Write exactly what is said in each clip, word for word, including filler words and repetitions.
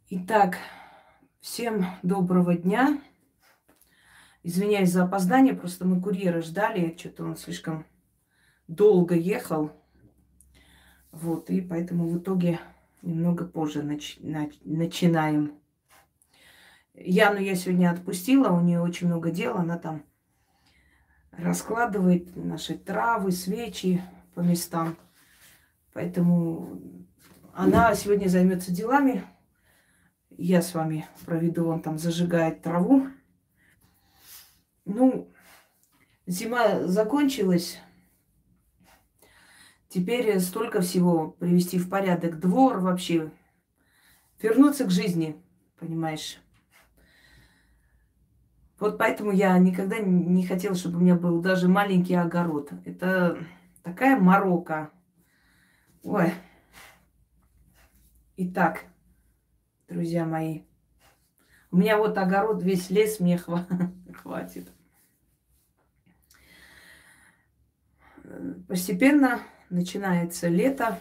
Итак, всем доброго дня. Извиняюсь за опоздание, просто мы курьера ждали, что-то он слишком долго ехал. Вот, и поэтому в итоге немного позже нач- нач- начинаем. Яну я сегодня отпустила, у нее очень много дел, она там раскладывает наши травы, свечи по местам. Поэтому она сегодня займется делами. Я с вами проведу, он там зажигает траву. Ну, зима закончилась. Теперь столько всего привести в порядок. Двор вообще. Вернуться к жизни, понимаешь. Вот поэтому я никогда не хотела, чтобы у меня был даже маленький огород. Это такая морока. Ой. Итак, друзья мои. У меня вот огород, весь лес мне хва- хватит. Постепенно начинается лето.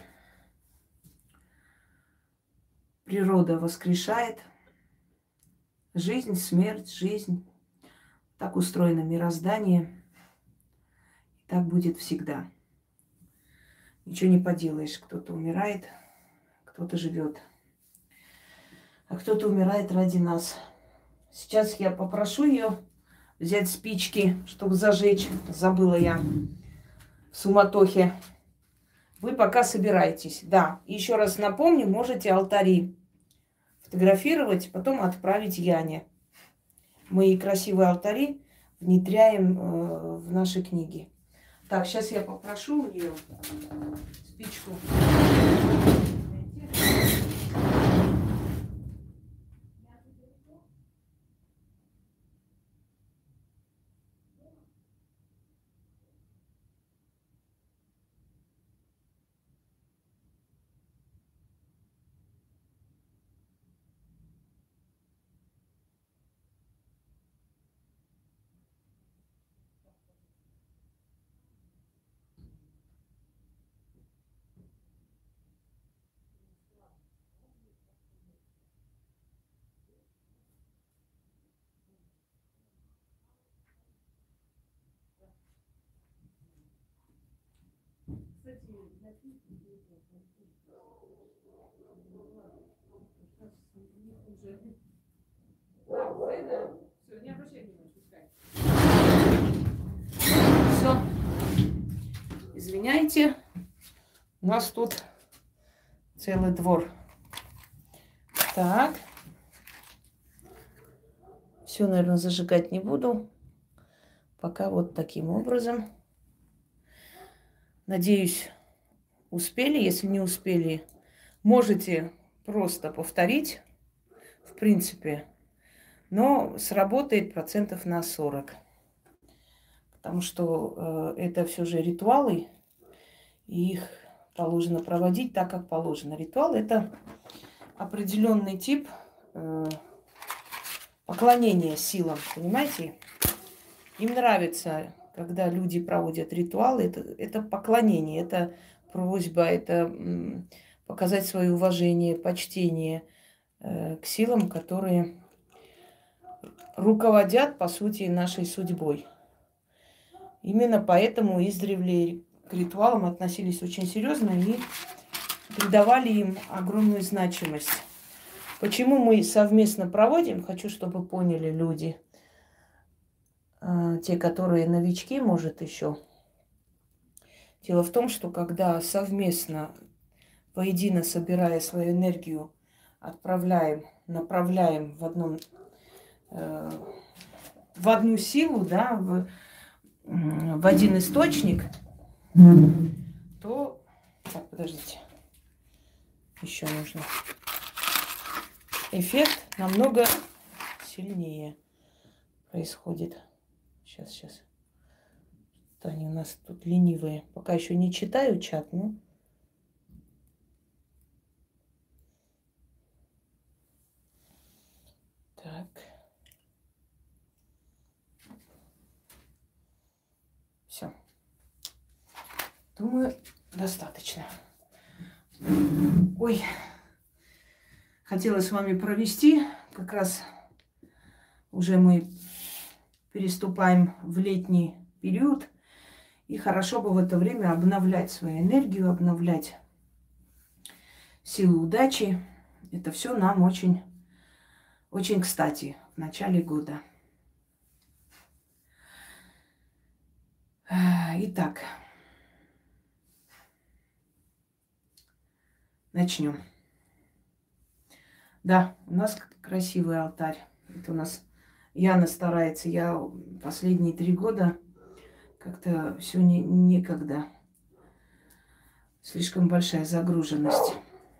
Природа воскрешает. Жизнь, смерть, жизнь. Так устроено мироздание. И так будет всегда. Ничего не поделаешь. Кто-то умирает, кто-то живет. А кто-то умирает ради нас. Сейчас я попрошу ее взять спички, чтобы зажечь. Забыла я в суматохе. Вы пока собирайтесь. Да, еще раз напомню, можете алтари фотографировать, потом отправить Яне. Мы красивые алтари внедряем э, в наши книги. Так, сейчас я попрошу у нее спичку. Все, извиняйте, у нас тут целый двор. Так, все, наверное, зажигать не буду. Пока вот таким образом. Надеюсь, успели. Если не успели, можете просто повторить, в принципе. Но сработает процентов на сорок. Потому что э, это все же ритуалы, и их положено проводить так, как положено. Ритуал – это определенный тип э, поклонения силам, понимаете? Им нравится, когда люди проводят ритуалы, это, это поклонение, это просьба, это м, показать свое уважение, почтение э, к силам, которые руководят, по сути, нашей судьбой. Именно поэтому издревле к ритуалам относились очень серьезно и придавали им огромную значимость. Почему мы совместно проводим, хочу, чтобы поняли люди, э, те, которые новички, может, еще. Дело в том, что когда совместно, воедино собирая свою энергию, отправляем, направляем в, одном, э, в одну силу, да, в, в один источник, то... Так, подождите. Еще нужно. Эффект намного сильнее происходит. Сейчас, сейчас. Они у нас тут ленивые. Пока еще не читаю чат, но... Так. Все. Думаю, достаточно. Ой. хотела с вами провести. Как раз уже мы переступаем в летний период. И хорошо бы в это время обновлять свою энергию, обновлять силу удачи. Это все нам очень, очень кстати в начале года. Итак, начнем. Да, у нас красивый алтарь. Это у нас Яна старается. Я последние три года как-то все не, некогда. Слишком большая загруженность.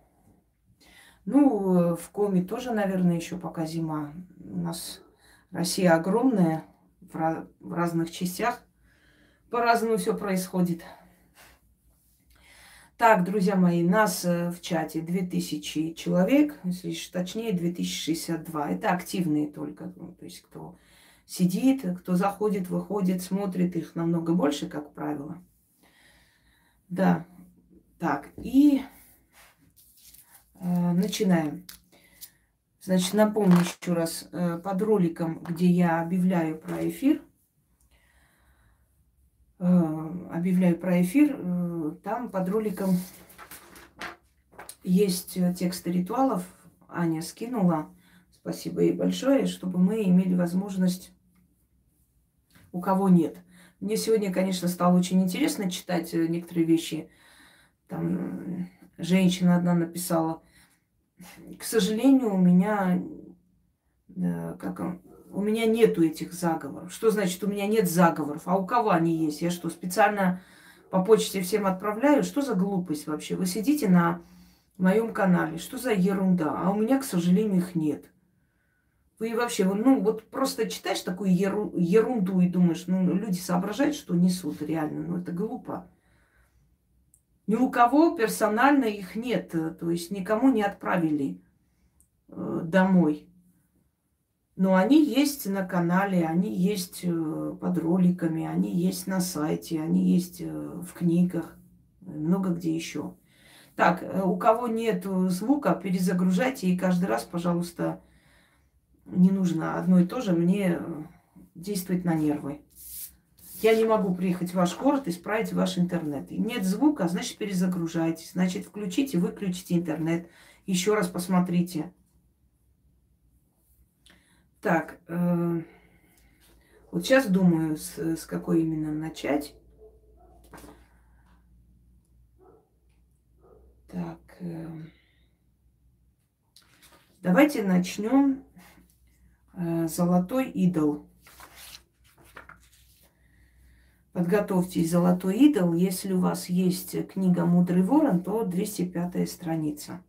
Ну, в Коми тоже, наверное, еще пока зима. У нас Россия огромная, в, ra- в разных частях. По-разному все происходит. Так, друзья мои, нас э, в чате две тысячи человек, если точнее, две тысячи шестьдесят два. Это активные только, ну, то есть кто сидит, кто заходит, выходит, смотрит, их намного больше, как правило. Да, так, и э, начинаем. Значит, напомню еще раз, э, под роликом, где я объявляю про эфир, э, объявляю про эфир, э, там под роликом есть тексты ритуалов. Аня скинула. Спасибо ей большое, чтобы мы имели возможность, у кого нет. Мне сегодня, конечно, стало очень интересно читать некоторые вещи. Там женщина одна написала: к сожалению, у меня, как он, у меня нету этих заговоров. Что значит, у меня нет заговоров? А у кого они есть? Я что, специально по почте всем отправляю? Что за глупость вообще? Вы сидите на моем канале. Что за ерунда? А у меня, к сожалению, их нет. Вы вообще, ну вот просто читаешь такую еру, ерунду и думаешь, ну люди соображают, что несут реально. Ну это глупо. Ни у кого персонально их нет. То есть никому не отправили э, домой. Но они есть на канале, они есть э, под роликами, они есть на сайте, они есть э, в книгах, много где еще. Так, у кого нет звука, перезагружайте. И каждый раз, пожалуйста, не нужно одно и то же мне действовать на нервы. Я не могу приехать в ваш город и исправить ваш интернет. И нет звука, значит, перезагружайте. Значит, включите, выключите интернет. Еще раз посмотрите. Так, э, вот сейчас думаю, с, с какой именно начать. Так, э, давайте начнем. э, Золотой идол. Подготовьтесь, золотой идол. Если у вас есть книга «Мудрый ворон», то двести пятая страница.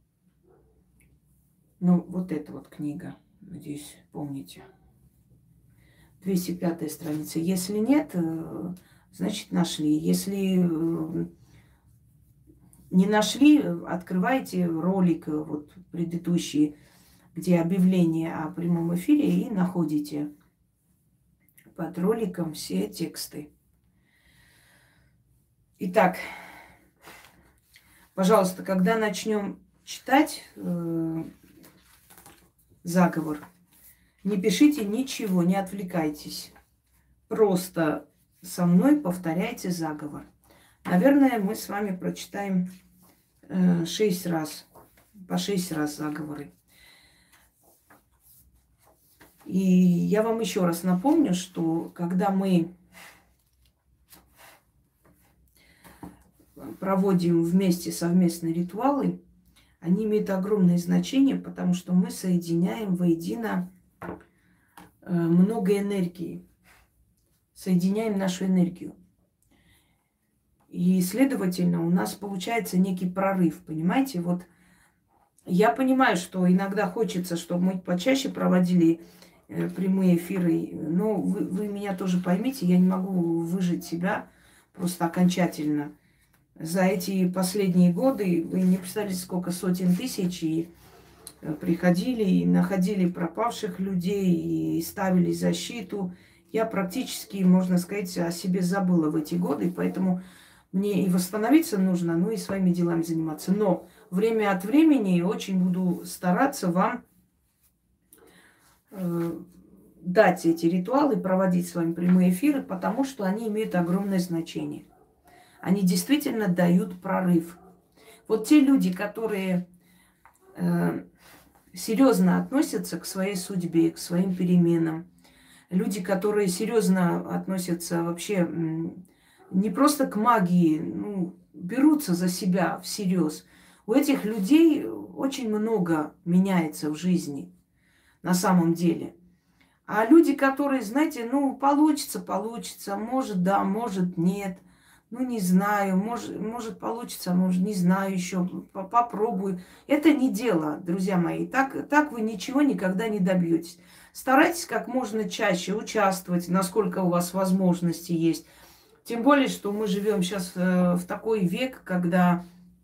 Ну, вот эта вот книга. Надеюсь, помните. двести пятая страница. Если нет, э, значит, нашли. Если э, не нашли, открывайте ролик вот предыдущий, где объявление о прямом эфире, и находите под роликом все тексты. Итак, пожалуйста, когда начнем читать э, заговор, не пишите ничего, не отвлекайтесь. Просто со мной повторяйте заговор. Наверное, мы с вами прочитаем э, шесть раз, по шесть раз заговоры. И я вам еще раз напомню, что когда мы проводим вместе совместные ритуалы, они имеют огромное значение, потому что мы соединяем воедино э, много энергии, соединяем нашу энергию. И, следовательно, у нас получается некий прорыв, понимаете? Вот я понимаю, что иногда хочется, чтобы мы почаще проводили э, прямые эфиры, но вы, вы меня тоже поймите, я не могу выжить себя просто окончательно. За эти последние годы вы не представляете, сколько сотен тысяч и приходили и находили пропавших людей и ставили защиту. Я практически, можно сказать, о себе забыла в эти годы, поэтому мне и восстановиться нужно, ну и своими делами заниматься. Но время от времени очень буду стараться вам э, дать эти ритуалы, проводить с вами прямые эфиры, потому что они имеют огромное значение. Они действительно дают прорыв. Вот те люди, которые э, серьезно относятся к своей судьбе, к своим переменам, люди, которые серьезно относятся вообще м, не просто к магии, ну, берутся за себя всерьез. У этих людей очень много меняется в жизни на самом деле. А люди, которые, знаете, ну, получится, получится, может, да, может, нет, ну, не знаю, может, может получится, может, не знаю еще, попробую. Это не дело, друзья мои. Так, так вы ничего никогда не добьетесь. Старайтесь как можно чаще участвовать, насколько у вас возможности есть. Тем более, что мы живем сейчас в такой век, когда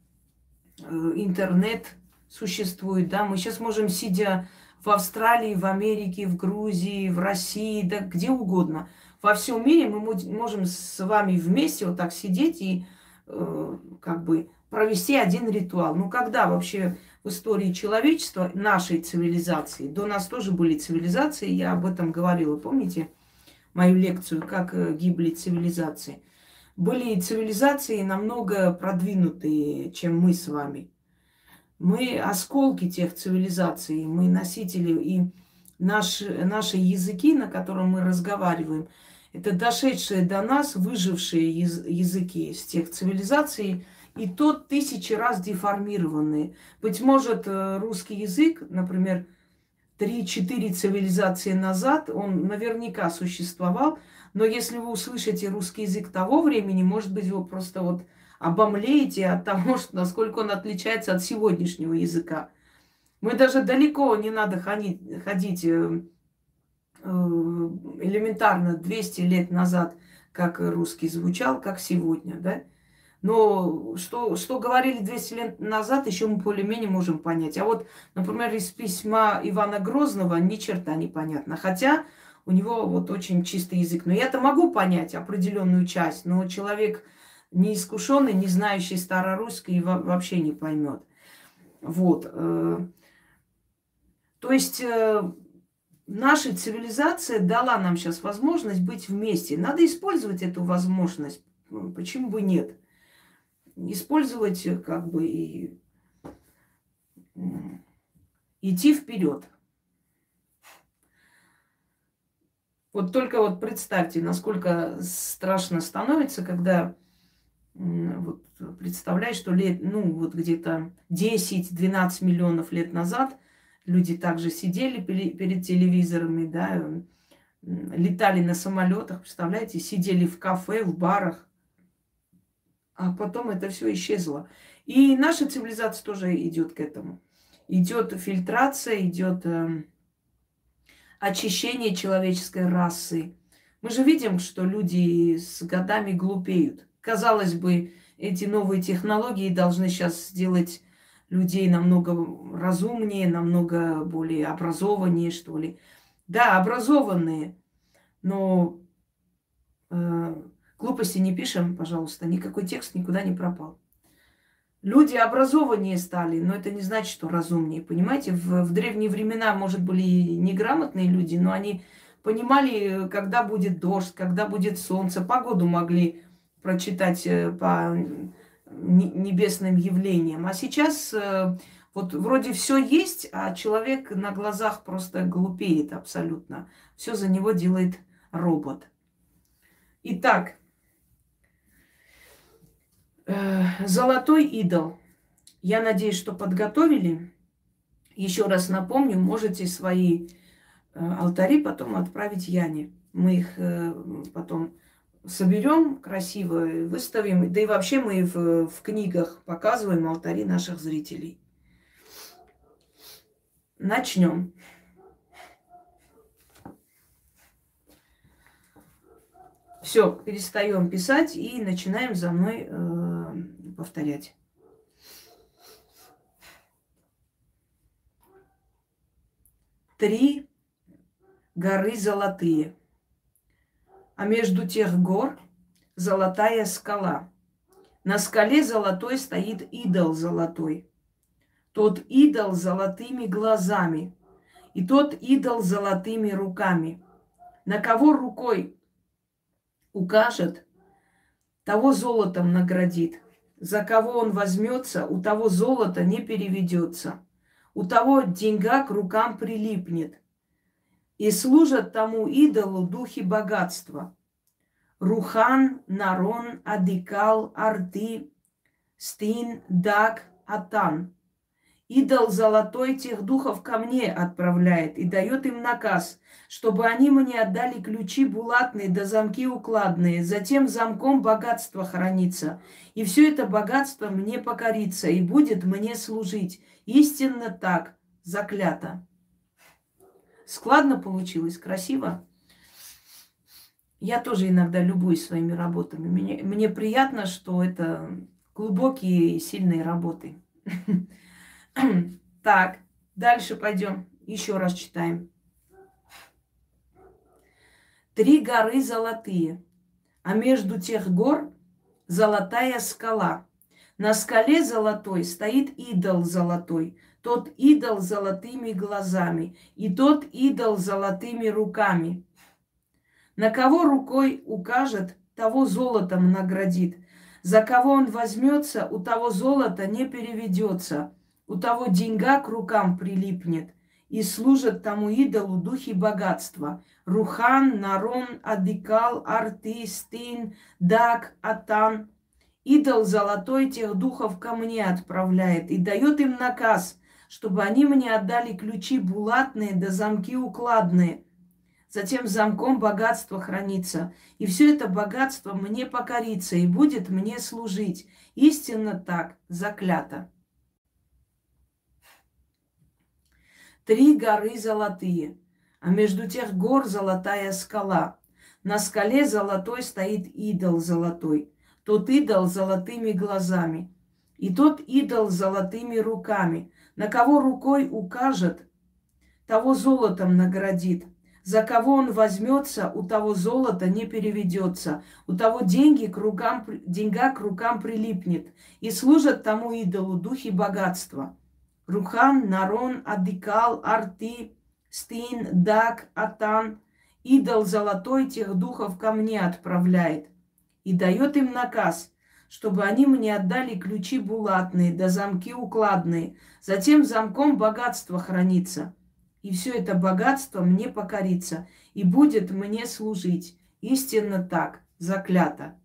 интернет существует, да, мы сейчас можем, сидя в Австралии, в Америке, в Грузии, в России, да где угодно, во всем мире мы можем с вами вместе вот так сидеть и э, как бы провести один ритуал. Ну, когда вообще в истории человечества, нашей цивилизации, до нас тоже были цивилизации, я об этом говорила, помните мою лекцию, как гибли цивилизации? Были цивилизации намного продвинутые, чем мы с вами. Мы осколки тех цивилизаций, мы носители, и наши, наши языки, на котором мы разговариваем, это дошедшие до нас, выжившие яз, языки с тех цивилизаций, и тот тысячи раз деформированные. Быть может, русский язык, например, три-четыре цивилизации назад, он наверняка существовал, но если вы услышите русский язык того времени, может быть, вы просто вот обомлеете от того, что, насколько он отличается от сегодняшнего языка. Мы даже далеко не надо ходить, ходить э, элементарно двести лет назад, как русский звучал, как сегодня, да? Но что, что говорили двести лет назад, еще мы более-менее можем понять. А вот, например, из письма Ивана Грозного ни черта не понятно. Хотя у него вот очень чистый язык. Но я-то могу понять определенную часть, но человек неискушенный, не знающий старорусский, вообще не поймет. Вот. То есть наша цивилизация дала нам сейчас возможность быть вместе. Надо использовать эту возможность. Почему бы нет? Использовать как бы и идти вперед. Вот только вот представьте, насколько страшно становится, когда вот, представляешь, что лет, ну, вот где-то десять-двенадцать миллионов лет назад люди также сидели перед телевизорами, да, летали на самолетах, представляете, сидели в кафе, в барах, а потом это все исчезло. И наша цивилизация тоже идет к этому. Идет фильтрация, идет э, очищение человеческой расы. Мы же видим, что люди с годами глупеют. Казалось бы, эти новые технологии должны сейчас сделать людей намного разумнее, намного более образованнее, что ли. Да, образованные, но э, глупости не пишем, пожалуйста, никакой текст никуда не пропал. Люди образованнее стали, но это не значит, что разумнее. Понимаете, в, в древние времена, может, были неграмотные люди, но они понимали, когда будет дождь, когда будет солнце, погоду могли прочитать по небесным явлениям. А сейчас вот вроде все есть, а человек на глазах просто глупеет абсолютно. Все за него делает робот. Итак, золотой идол. Я надеюсь, что подготовили. Еще раз напомню, можете свои алтари потом отправить Яне. Мы их потом соберем красиво, выставим. Да и вообще мы в, в книгах показываем алтари наших зрителей. Начнем. Все, перестаем писать и начинаем за мной э, повторять. Три горы золотые, а между тех гор золотая скала. На скале золотой стоит идол золотой. тот идол с золотыми глазами, и тот идол с золотыми руками. На кого рукой укажет, того золотом наградит. За кого он возьмется, у того золото не переведется. У того деньга к рукам прилипнет. И служат тому идолу духи богатства. Рухан, Нарон, Адикал, Арты, Стин, Даг, Атан. Идол золотой тех духов ко мне отправляет и дает им наказ, чтобы они мне отдали ключи булатные да замки укладные. Затем замком богатство хранится. И все это богатство мне покорится и будет мне служить. Истинно так, заклято. Складно получилось, красиво. Я тоже иногда любуюсь своими работами. Мне, мне приятно, что это глубокие и сильные работы. Так, дальше пойдем. Еще раз читаем. Три горы золотые, а между тех гор золотая скала. На скале золотой стоит идол золотой, тот идол с золотыми глазами, и тот идол с золотыми руками. На кого рукой укажет, того золотом наградит. За кого он возьмется, у того золото не переведется. У того деньга к рукам прилипнет, и служат тому идолу духи богатства. Рухан, Нарон, Адикал, Арты, Стин, Даг, Атан. Идол золотой тех духов ко мне отправляет и дает им наказ, чтобы они мне отдали ключи булатные да замки укладные. Затем замком богатство хранится, и все это богатство мне покорится и будет мне служить. Истинно так, заклято. Три горы золотые, а между тех гор золотая скала. На скале золотой стоит идол золотой, тот идол с золотыми глазами, и тот идол с золотыми руками. На кого рукой укажет, того золотом наградит. За кого он возьмется, у того золото не переведется. У того деньги к рукам, деньга к рукам прилипнет. И служат тому идолу духи богатства. Рухан, Нарон, Адикал, Арты, Стин, Даг, Атан. Идол золотой тех духов ко мне отправляет. И дает им наказ, чтобы они мне отдали ключи булатные, да замки укладные. Затем замком богатство хранится. И все это богатство мне покорится и будет мне служить. Истинно так, заклято.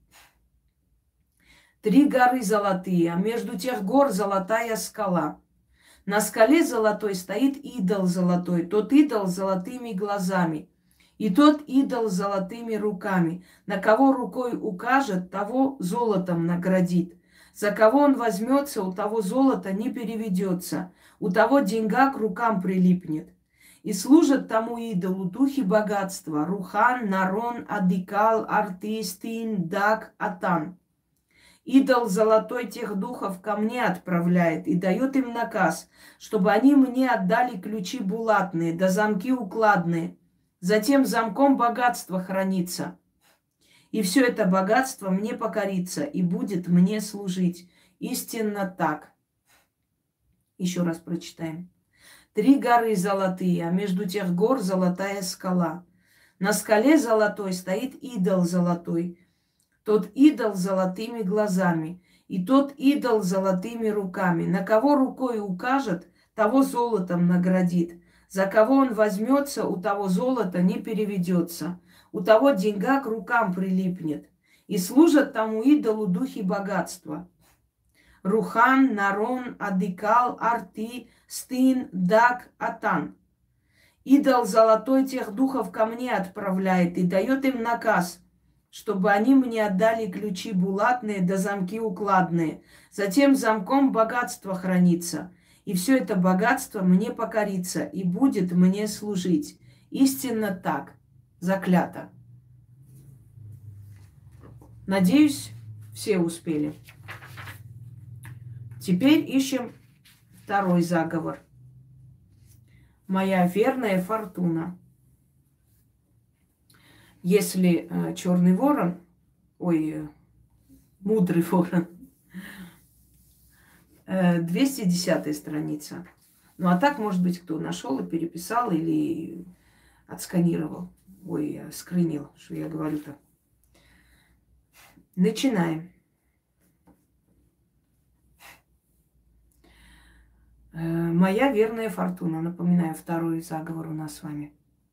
Три горы золотые, а между тех гор золотая скала. На скале золотой стоит идол золотой, тот идол с золотыми глазами, и тот идол с золотыми руками. На кого рукой укажет, того золотом наградит. За кого он возьмется, у того золото не переведется, у того деньга к рукам прилипнет. И служат тому идолу духи богатства. Рухан, Нарон, Адикал, Арты, Стин, Даг, Атан. Идол золотой тех духов ко мне отправляет и дает им наказ, чтобы они мне отдали ключи булатные, да замки укладные. Затем замком богатство хранится. И все это богатство мне покорится и будет мне служить. Истинно так. Еще раз прочитаем. Три горы золотые, а между тех гор золотая скала. На скале золотой стоит идол золотой, тот идол с золотыми глазами, и тот идол с золотыми руками. На кого рукой укажет, того золотом наградит. За кого он возьмется, у того золото не переведется. У того деньга к рукам прилипнет. И служат тому идолу духи богатства. Рухан, Нарон, Адикал, Арты, Стин, Даг, Атан. Идол золотой тех духов ко мне отправляет и дает им наказ, чтобы они мне отдали ключи булатные да замки укладные. Затем замком богатство хранится, и все это богатство мне покорится и будет мне служить. Истинно так, заклято. Надеюсь, все успели. Теперь ищем второй заговор. Моя верная фортуна. Если э, черный ворон, ой, э, мудрый ворон, двести десятая страница. Ну, а так, может быть, кто нашел и переписал или отсканировал. Ой, я скрынил, что я говорю-то. Начинаем. Моя верная фортуна. Напоминаю, второй заговор у нас с вами.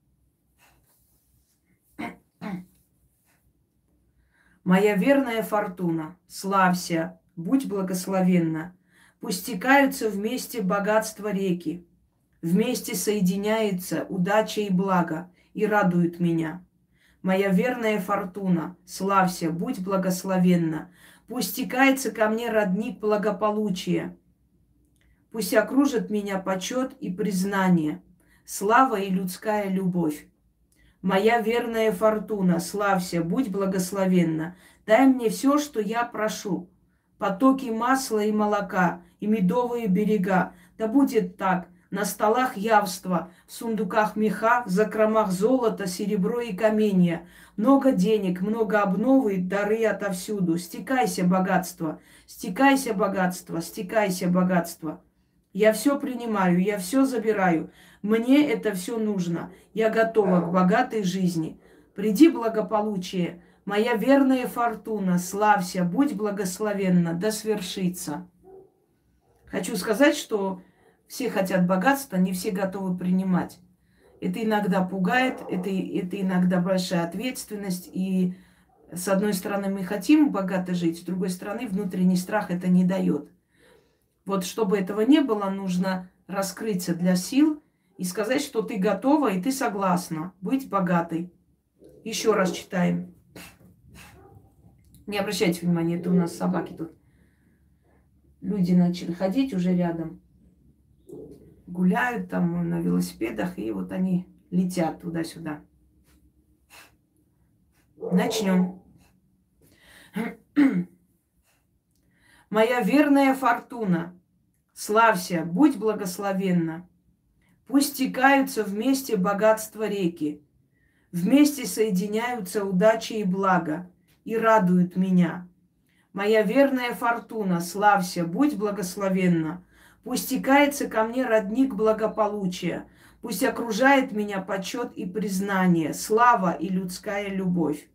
Моя верная фортуна, славься, будь благословенна. Пусть стекаются вместе богатства реки, вместе соединяются удача и благо, и радуют меня. Моя верная фортуна, славься, будь благословенна. Пусть стекается ко мне родник благополучия. Пусть окружит меня почет и признание, слава и людская любовь. Моя верная фортуна, славься, будь благословенна. Дай мне все, что я прошу. Потоки масла и молока, и медовые берега. Да будет так. На столах явства, в сундуках меха, в закромах золота, серебро и каменья. Много денег, много обновы, дары отовсюду. Стекайся, богатство, стекайся, богатство, стекайся, богатство. Я все принимаю, я все забираю. Мне это все нужно. Я готова к богатой жизни. Приди, благополучие. Моя верная фортуна, славься, будь благословенна, да свершится. Хочу сказать, что все хотят богатства, не все готовы принимать. Это иногда пугает, это, это иногда большая ответственность. И с одной стороны мы хотим богато жить, с другой стороны внутренний страх это не дает. Вот чтобы этого не было, нужно раскрыться для сил и сказать, что ты готова и ты согласна быть богатой. Еще раз читаем. Не обращайте внимания, это у нас собаки тут. Люди начали ходить уже рядом. Гуляют там на велосипедах, и вот они летят туда-сюда. Начнем. Моя верная фортуна, славься, будь благословенна. Пусть стекаются вместе богатства реки, вместе соединяются удачи и благо, и радуют меня. Моя верная фортуна, славься, будь благословенна. Пусть стекается ко мне родник благополучия, пусть окружает меня почет и признание, слава и людская любовь.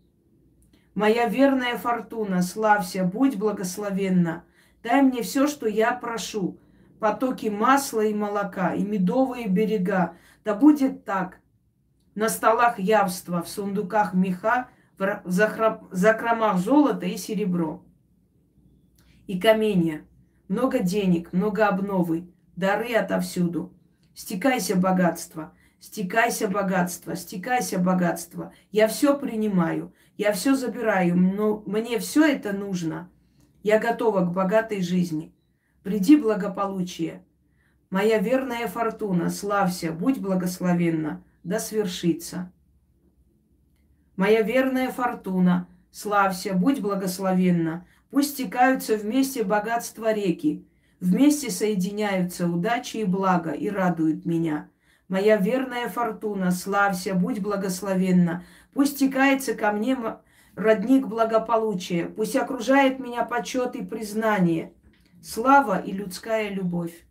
Моя верная фортуна, славься, будь благословенна. Дай мне все, что я прошу. Потоки масла и молока, и медовые берега. Да будет так. На столах явства, в сундуках меха, в закромах золота и серебро. И каменья. Много денег, много обновы, дары отовсюду. Стекайся, богатство, стекайся, богатство, стекайся, богатство. Я все принимаю, я все забираю, но мне все это нужно. Я готова к богатой жизни. Приди, благополучие. Моя верная фортуна, славься, будь благословенна, да свершится. Моя верная фортуна, славься, будь благословенна. Пусть стекаются вместе богатства реки, вместе соединяются удачи и благо, и радуют меня. Моя верная фортуна, славься, будь благословенна. Пусть стекается ко мне родник благополучия, пусть окружает меня почет и признание, слава и людская любовь.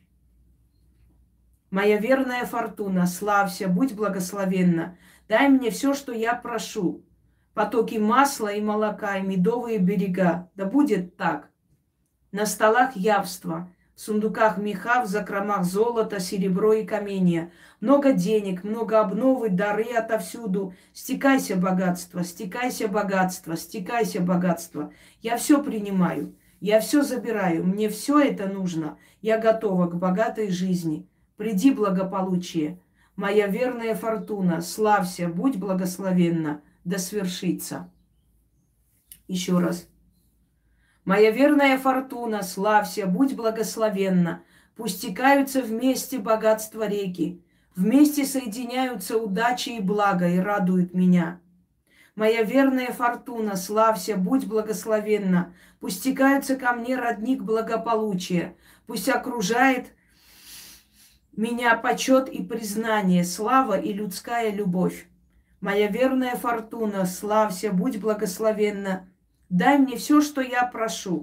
Моя верная фортуна, славься, будь благословенна. Дай мне все, что я прошу. Потоки масла и молока, и медовые берега. Да будет так. На столах явства, в сундуках меха, в закромах золота, серебро и каменья. Много денег, много обновы, дары отовсюду. Стекайся, богатство, стекайся, богатство, стекайся, богатство. Я все принимаю, я все забираю, мне все это нужно. Я готова к богатой жизни. Приди, благополучие. Моя верная фортуна, славься, будь благословенна, да свершится. Еще раз. Моя верная фортуна, славься, будь благословенна. Пусть стекаются вместе богатства реки, вместе соединяются удачи и благо, и радуют меня. Моя верная фортуна, славься, будь благословенна. Пусть стекаются ко мне родник благополучия, пусть окружает меня почет и признание, слава и людская любовь. Моя верная фортуна, славься, будь благословенна. Дай мне все, что я прошу.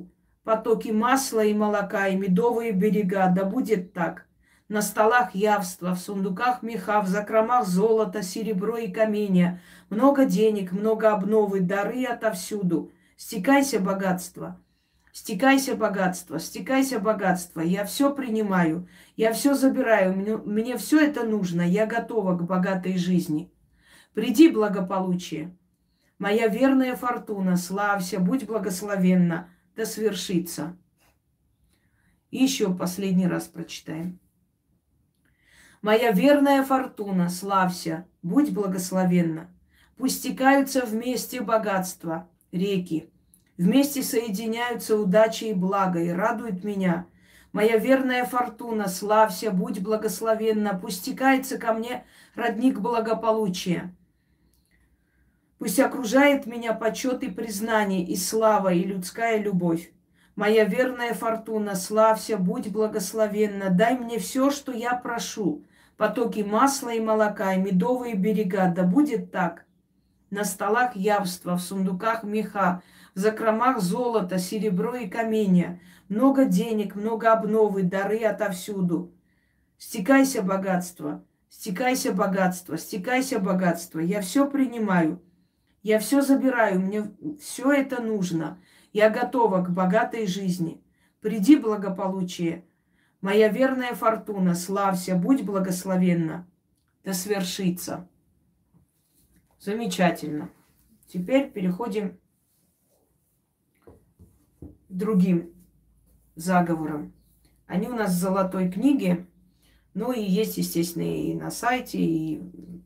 потоки масла и молока, и медовые берега. Да будет так. На столах явства, в сундуках меха, в закромах золото, серебро и каменья. Много денег, много обновы, дары отовсюду. Стекайся, богатство. Стекайся, богатство, стекайся, богатство. Я все принимаю, я все забираю. Мне, мне все это нужно. Я готова к богатой жизни. Приди, благополучие. Моя верная фортуна, славься, будь благословенна, да свершится. И еще последний раз прочитаем. Моя верная фортуна, славься, будь благословенна. Пусть стекаются вместе богатства, реки. Вместе соединяются удачи и благо, и радует меня. Моя верная фортуна, славься, будь благословенна. Пусть стекается ко мне родник благополучия. Пусть окружает меня почет и признание, и слава, и людская любовь. Моя верная фортуна, славься, будь благословенна. Дай мне все, что я прошу. Потоки масла и молока, и медовые берега. Да будет так. На столах явства, в сундуках меха, в закромах золото, серебро и каменья. Много денег, много обновы, дары отовсюду. Стекайся, богатство, стекайся, богатство, стекайся, богатство. Я все принимаю, я все забираю, мне все это нужно. Я готова к богатой жизни. Приди, благополучие. Моя верная фортуна, славься, будь благословенна. Да свершится. Замечательно. Теперь переходим к другим заговорам. Они у нас в золотой книге, ну и есть, естественно, и на сайте, и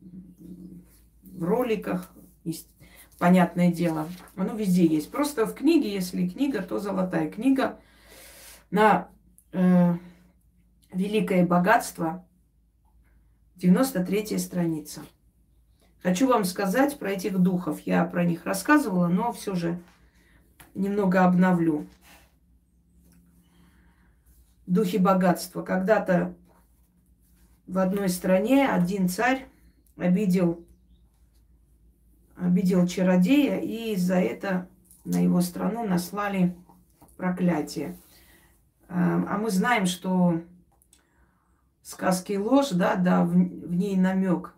в роликах, есть, понятное дело. Оно везде есть. Просто в книге, если книга, то золотая книга на э, великое богатство, девяносто третья страница. Хочу вам сказать про этих духов. Я про них рассказывала, но все же немного обновлю. Духи богатства. Когда-то в одной стране один царь обидел, обидел чародея, и за это на его страну наслали проклятие. А мы знаем, что сказки ложь, да, да, в, в ней намек,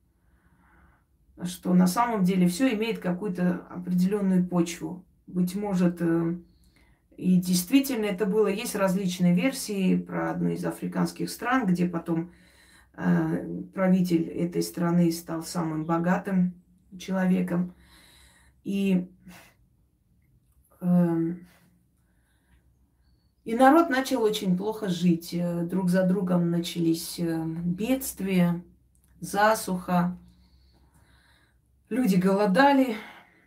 что на самом деле все имеет какую-то определенную почву. Быть может, и действительно это было. Есть различные версии про одну из африканских стран, где потом э, правитель этой страны стал самым богатым человеком. И, э, и народ начал очень плохо жить. Друг за другом начались бедствия, засуха. Люди голодали.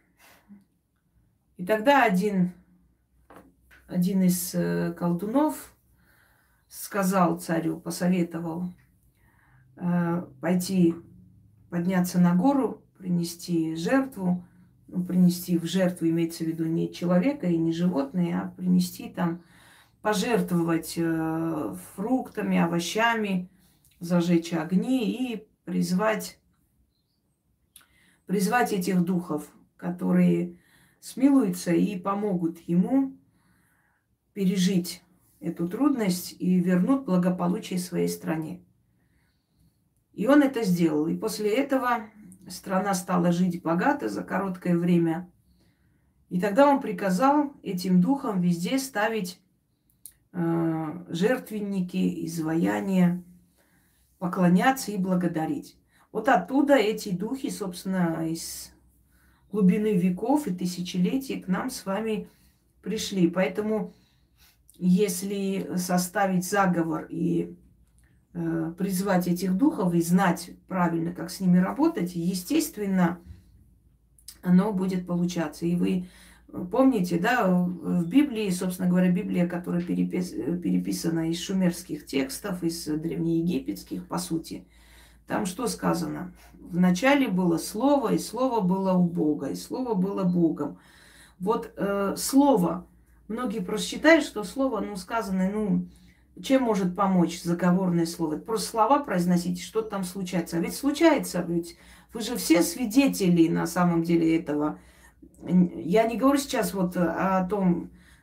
И тогда один, один из э, колдунов сказал царю, посоветовал э, пойти подняться на гору, принести жертву. Ну, принести в жертву имеется в виду не человека и не животное, а принести там, пожертвовать э, фруктами, овощами, зажечь огни и призвать призвать этих духов, которые смилуются и помогут ему пережить эту трудность и вернут благополучие своей стране. И он это сделал. И после этого страна стала жить богато за короткое время. И тогда он приказал этим духам везде ставить э, жертвенники, изваяния, поклоняться и благодарить. Вот оттуда эти духи, собственно, из глубины веков и тысячелетий к нам с вами пришли. Поэтому, если составить заговор и э, призвать этих духов и знать правильно, как с ними работать, естественно, оно будет получаться. И вы помните, да, в Библии, собственно говоря, Библия, которая перепис... переписана из шумерских текстов, из древнеегипетских, по сути, там что сказано? Вначале было Слово, и Слово было у Бога, и Слово было Богом. Вот э, Слово. Многие просто считают, что Слово, ну, сказанное, ну, чем может помочь заговорное слово? Это просто слова произносить, что-то там случается. А ведь случается, ведь вы же все свидетели на самом деле этого. Я не говорю сейчас вот о том,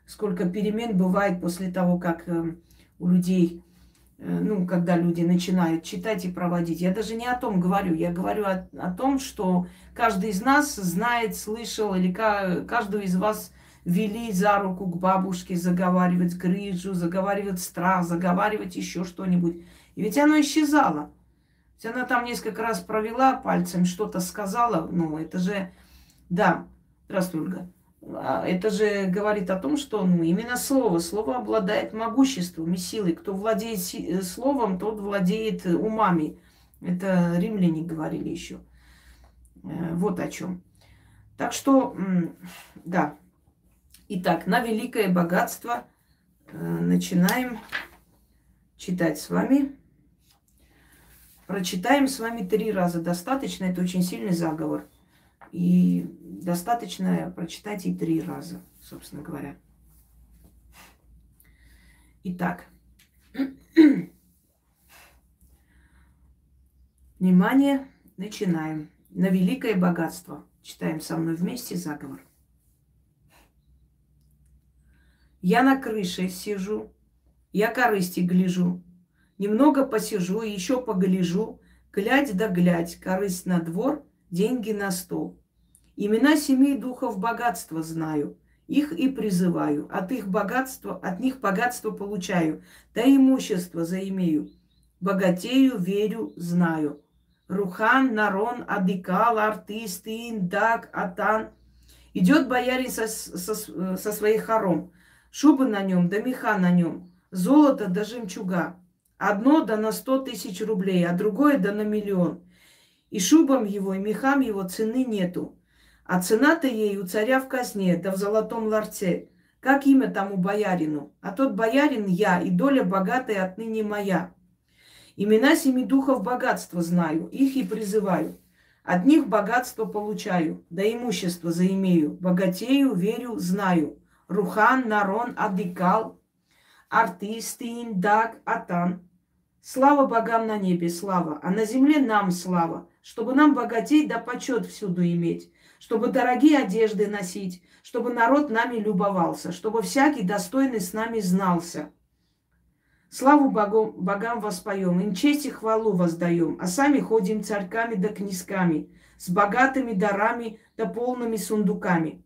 сколько перемен бывает после того, как э, у людей, э, ну, когда люди начинают читать и проводить. Я даже не о том говорю. Я говорю о, о том, что каждый из нас знает, слышал, или ка- каждого из вас вели за руку к бабушке заговаривать грыжу, заговаривать страх, заговаривать еще что-нибудь. И ведь оно исчезало. Если она там несколько раз провела пальцем, что-то сказала, ну, это же, да, здравствуй, Ольга. А это же говорит о том, что, ну, именно слово, слово обладает могуществом и силой. Кто владеет си- словом, тот владеет умами. Это римляне говорили еще. Э, Вот о чем. Так что, м, да. Итак, на великое богатство э, начинаем читать с вами. Прочитаем с вами три раза. Достаточно, это очень сильный заговор. И достаточно прочитать и три раза, собственно говоря. Итак. Внимание, начинаем. На великое богатство. Читаем со мной вместе заговор. Я на крыше сижу, я корысти гляжу. Немного посижу, еще погляжу. Глядь да глядь, корысть на двор, деньги на стол. Имена семи духов богатства знаю, их и призываю. От их богатства, от них богатство получаю, да имущество заимею. Богатею, верю, знаю. Рухан, Нарон, Адикал, Артист, Индак, Атан. Идет боярин со, со, со своих хором. Шубы на нем, да меха на нем. Золото да жемчуга. Одно да на сто тысяч рублей, а другое да на миллион. И шубам его, и мехам его цены нету. А цена-то ей у царя в казне, да в золотом ларце. Как имя тому боярину? А тот боярин я, и доля богатая отныне моя. Имена семи духов богатства знаю, их и призываю. От них богатство получаю, да имущество заимею. Богатею, верю, знаю. Рухан, Нарон, Адикал, Артист, Индак, Атан. Слава богам на небе, слава, а на земле нам слава, чтобы нам богатеть да почет всюду иметь, чтобы дорогие одежды носить, чтобы народ нами любовался, чтобы всякий достойный с нами знался. Славу богам, богам воспоем, им честь и хвалу воздаем, а сами ходим царьками да князьками, с богатыми дарами да полными сундуками.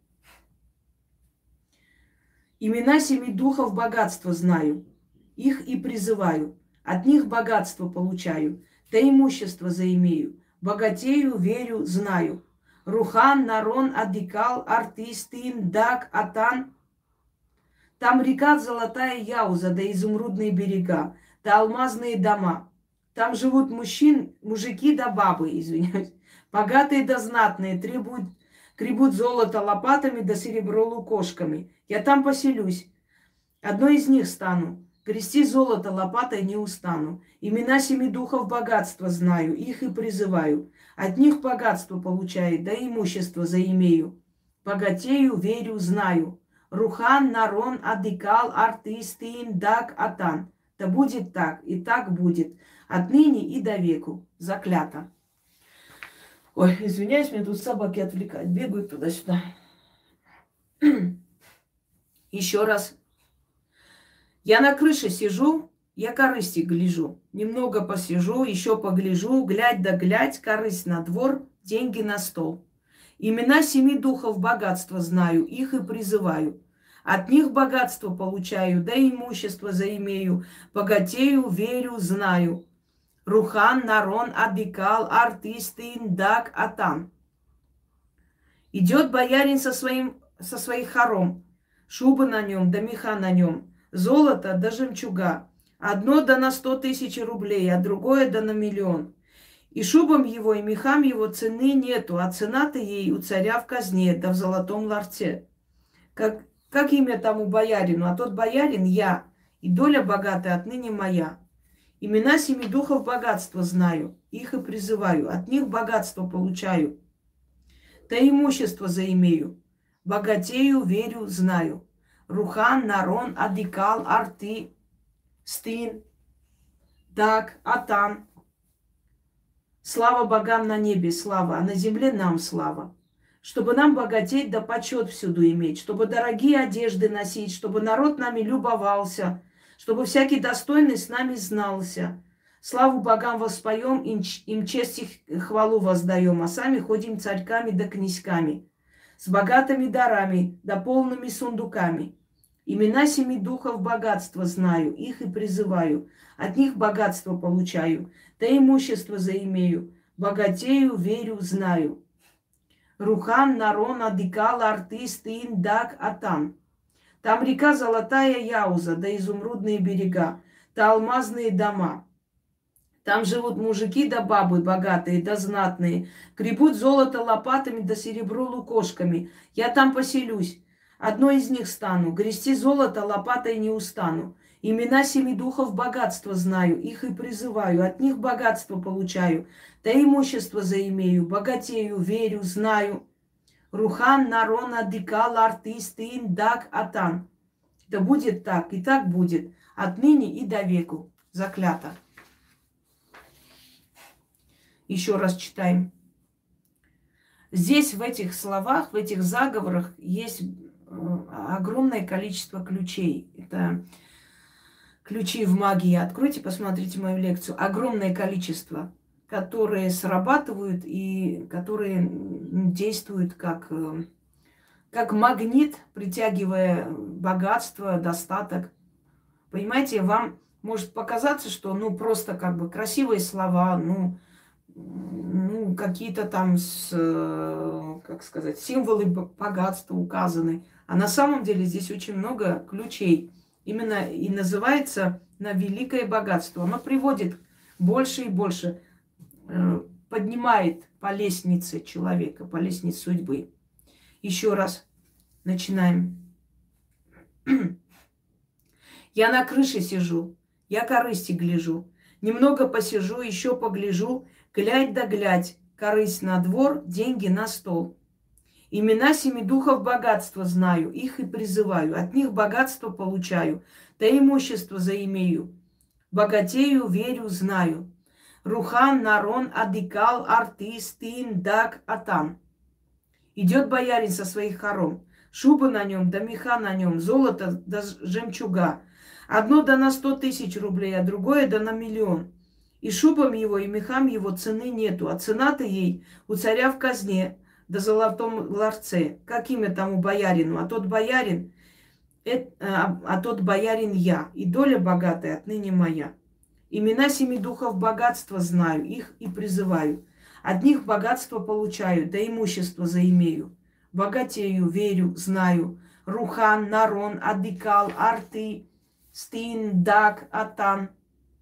Имена семи духов богатства знаю, их и призываю. От них богатство получаю, да имущество заимею. Богатею, верю, знаю. Рухан, Нарон, Адикал, Артист, Индак, Атан. Там река золотая Яуза, да изумрудные берега, да алмазные дома. Там живут мужчин, мужики да бабы, извиняюсь. Богатые да знатные, требуют, гребут золото лопатами да серебро лукошками. Я там поселюсь, одной из них стану. Грести золото лопатой не устану. Имена семи духов богатства знаю, их и призываю. От них богатство получаю, да имущество заимею. Богатею, верю, знаю. Рухан, Нарон, Адикал, Артист, Индак, Атан. Да будет так, и так будет. Отныне и до веку. Заклято. Ой, извиняюсь, меня тут собаки отвлекают. Бегают туда-сюда. Еще раз. Я на крыше сижу, я корысти гляжу. Немного посижу, еще погляжу, глядь да глядь, корысть на двор, деньги на стол. Имена семи духов богатства знаю, их и призываю. От них богатство получаю, да имущество заимею. Богатею, верю, знаю. Рухан, Нарон, Адикал, Артист, Индак, Атан. Идет боярин со, своим, со своих хором. Шуба на нем, да меха на нем. Золото да жемчуга. Одно да на сто тысяч рублей, а другое да на миллион. И шубам его, и мехам его цены нету, а цена-то ей у царя в казне, да в золотом ларце. Как, как имя тому боярину? А тот боярин я, и доля богатая отныне моя. Имена семи духов богатства знаю, их и призываю, от них богатство получаю. Да имущество заимею. Богатею, верю, знаю. Рухан, Нарон, Адикал, Арти, Стин, Дак, Атан. Слава богам на небе, слава, а на земле нам слава. чтобы нам богатеть да почет всюду иметь, чтобы дорогие одежды носить, чтобы народ нами любовался, чтобы всякий достойный с нами знался. Славу богам воспоем, им, им честь и хвалу воздаем, а сами ходим царьками да князьками, с богатыми дарами да полными сундуками. Имена семи духов богатства знаю, их и призываю, от них богатство получаю, да имущество заимею, богатею, верю, знаю. Рухан, Нарон, Адикал, Артист, Ин, Даг, Атан. Там река золотая Яуза, да изумрудные берега, да алмазные дома. Там живут мужики да бабы богатые да знатные, гребут золото лопатами да серебро лукошками. Я там поселюсь, одной из них стану, грести золото лопатой не устану. Имена семи духов богатства знаю, их и призываю, от них богатство получаю, да имущество заимею, богатею, верю, знаю. Рухан, Нарон, Адикал, Артист, Ин, Даг, Атан. Да будет так, и так будет, отныне и до веку. Заклято. Еще раз читаем. Здесь в этих словах, в этих заговорах есть огромное количество ключей. Это ключи в магии. Откройте, посмотрите мою лекцию. Огромное количество, которые срабатывают и которые действуют как, как магнит, притягивая богатство, достаток. Понимаете, вам может показаться, что ну просто как бы красивые слова, ну, ну какие-то там, с, как сказать, символы богатства указаны. А на самом деле здесь очень много ключей. Именно и называется на великое богатство. Оно приводит больше и больше, э, поднимает по лестнице человека, по лестнице судьбы. Еще раз начинаем. Я на крыше сижу, я корысти гляжу. Немного посижу, еще погляжу, глядь да глядь, корысть на двор, деньги на стол. Имена семи духов богатства знаю, их и призываю, от них богатство получаю, да имущество заимею. Богатею, верю, знаю. Рухан, Нарон, Адикал, Артист, Ин, Даг, Атан. Идет боярин со своих хором, шуба на нем, да меха на нем, золото да жемчуга. Одно да на сто тысяч рублей, а другое да на миллион. И шубам его, и мехам его цены нету, а цена-то ей у царя в казне, да золотом ларце. Как имя тому боярину? А тот боярин, это, а, а тот боярин я, и доля богатая отныне моя. Имена семи духов богатства знаю, их и призываю. От них богатство получаю, да имущество заимею. Богатею, верю, знаю. Рухан, Нарон, Адикал, Арты, Стин, Даг, Атан.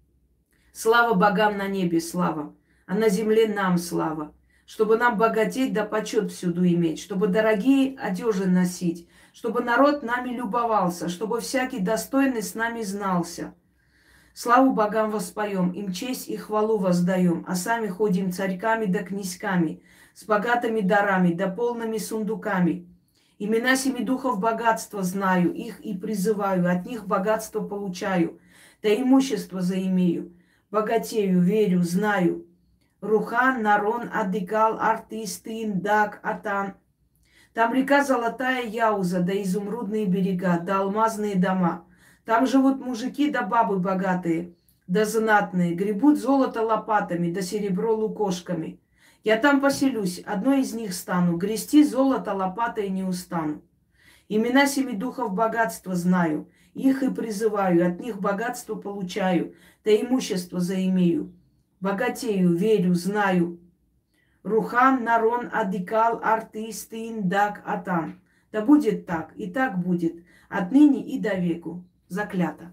Слава богам на небе, слава, а на земле нам слава. Чтобы нам богатеть да почет всюду иметь, чтобы дорогие одежи носить, чтобы народ нами любовался, чтобы всякий достойный с нами знался. Славу богам воспоем, им честь и хвалу воздаем, а сами ходим царьками да князьками, с богатыми дарами да полными сундуками. Имена семи духов богатства знаю, их и призываю, от них богатство получаю, да имущество заимею. Богатею, верю, знаю. Рухан, Нарон, Адикал, Артист, Ин, Даг, Атан. Там река золотая Яуза, да изумрудные берега, да алмазные дома. Там живут мужики да бабы богатые, да знатные, гребут золото лопатами, да серебро лукошками. Я там поселюсь, одной из них стану, грести золото лопатой не устану. Имена семи духов богатства знаю, их и призываю, от них богатство получаю, да имущество заимею. Богатею, верю, знаю. Рухан, Нарон, Адикал, Артист, Ин, Даг, Атан. Да будет так, и так будет, отныне и до веку. Заклято.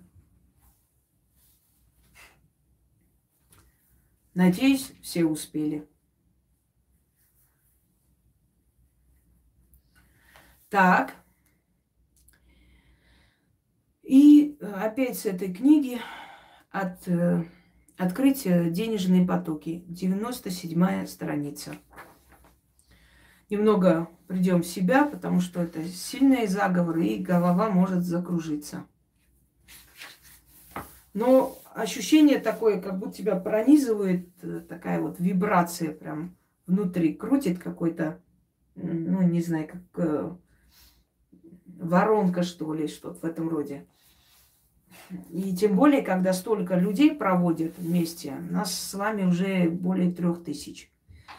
Надеюсь, все успели. Так. И опять с этой книги от э, «Открыть денежные потоки». девяносто седьмая страница. Немного придем в себя, потому что это сильные заговоры, и голова может закружиться. Но ощущение такое, как будто тебя пронизывает такая вот вибрация прям внутри, крутит какой-то ну, не знаю, как э, воронка, что ли, что-то в этом роде. И тем более, когда столько людей проводят вместе, нас с вами уже более трех тысяч.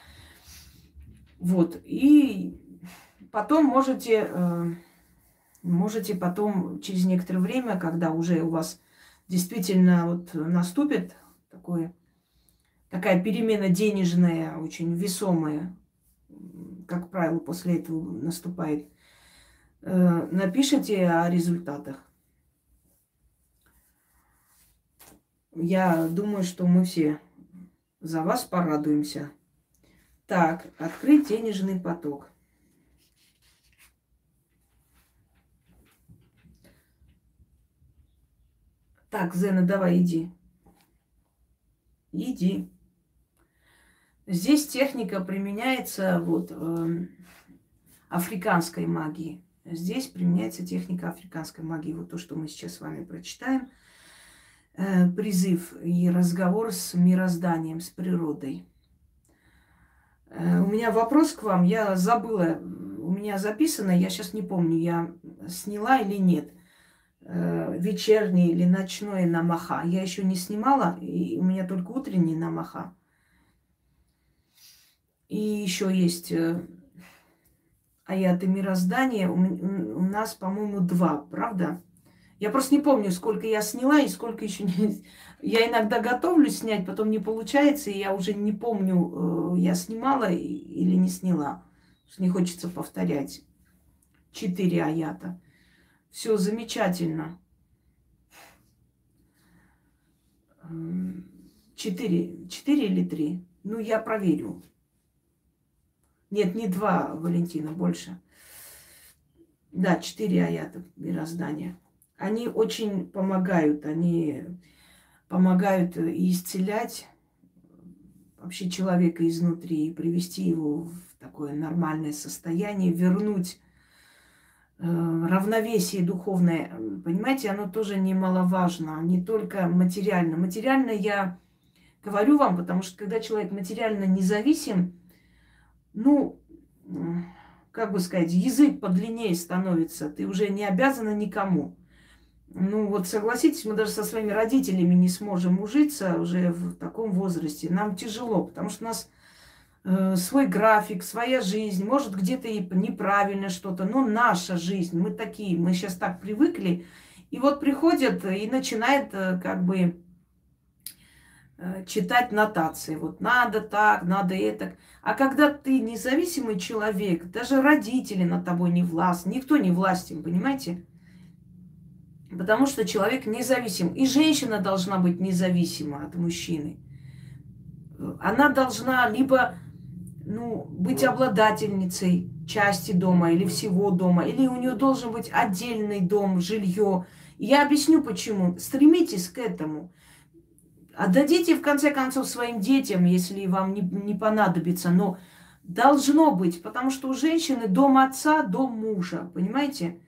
Вот. И потом можете, э, можете потом, через некоторое время, когда уже у вас действительно вот наступит такое, такая перемена денежная, очень весомая, как правило, после этого наступает, э, напишите о результатах. Я думаю, что мы все за вас порадуемся. Так, открыть денежный поток. Так, Зена, давай иди. Иди. Здесь техника применяется вот э, африканской магии. Здесь применяется техника африканской магии. Вот то, что мы сейчас с вами прочитаем. Э, призыв и разговор с мирозданием, с природой. Э, у меня вопрос к вам. Я забыла. У меня записано, я сейчас не помню, я сняла или нет. Э, вечерний или ночной намаха. Я еще не снимала, и у меня только утренний намаха. И еще есть э, аяты мироздания. У, у нас, по-моему, два, правда? Я просто не помню, сколько я сняла и сколько еще не... Я иногда готовлюсь снять, потом не получается, и я уже не помню, э, я снимала или не сняла. Не хочется повторять. Четыре аята. Все замечательно. Четыре. Четыре или три? Ну, я проверю. Нет, не два, Валентина, больше. Да, четыре аята мироздания. Они очень помогают. Они помогают исцелять вообще человека изнутри, привести его в такое нормальное состояние, вернуть э, равновесие духовное. Понимаете, оно тоже немаловажно, не только материально. Материально я говорю вам, потому что когда человек материально независим, ну, как бы сказать, язык подлиннее становится, ты уже не обязана никому. Ну вот согласитесь, мы даже со своими родителями не сможем ужиться уже в таком возрасте. Нам тяжело, потому что у нас э, свой график, своя жизнь. Может, где-то и неправильно что-то, но наша жизнь. Мы такие, мы сейчас так привыкли. И вот приходят и начинают э, как бы э, читать нотации. Вот надо так, надо это. А когда ты независимый человек, даже родители над тобой не властны, никто не властен, понимаете? Потому что человек независим. И женщина должна быть независима от мужчины. Она должна либо ну, быть обладательницей части дома или всего дома, или у нее должен быть отдельный дом, жилье. И я объясню почему. Стремитесь к этому. Отдадите, в конце концов, своим детям, если вам не, не понадобится. Но должно быть, потому что у женщины дом отца, дом мужа. Понимаете?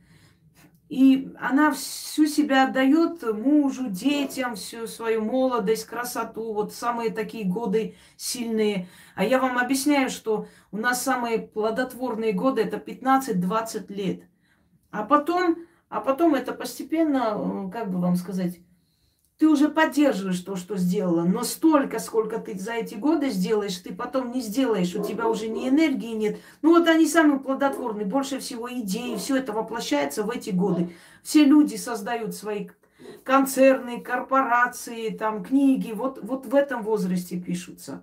И она всю себя отдает мужу, детям, всю свою молодость, красоту, вот самые такие годы сильные. А я вам объясняю, что у нас самые плодотворные годы это пятнадцать-двадцать лет. А потом, а потом это постепенно, как бы вам сказать, ты уже поддерживаешь то, что сделала, но столько, сколько ты за эти годы сделаешь, ты потом не сделаешь, у тебя уже ни энергии нет. Ну вот они самые плодотворные, больше всего идей, все это воплощается в эти годы. Все люди создают свои концерны, корпорации, там, книги, вот, вот в этом возрасте пишутся.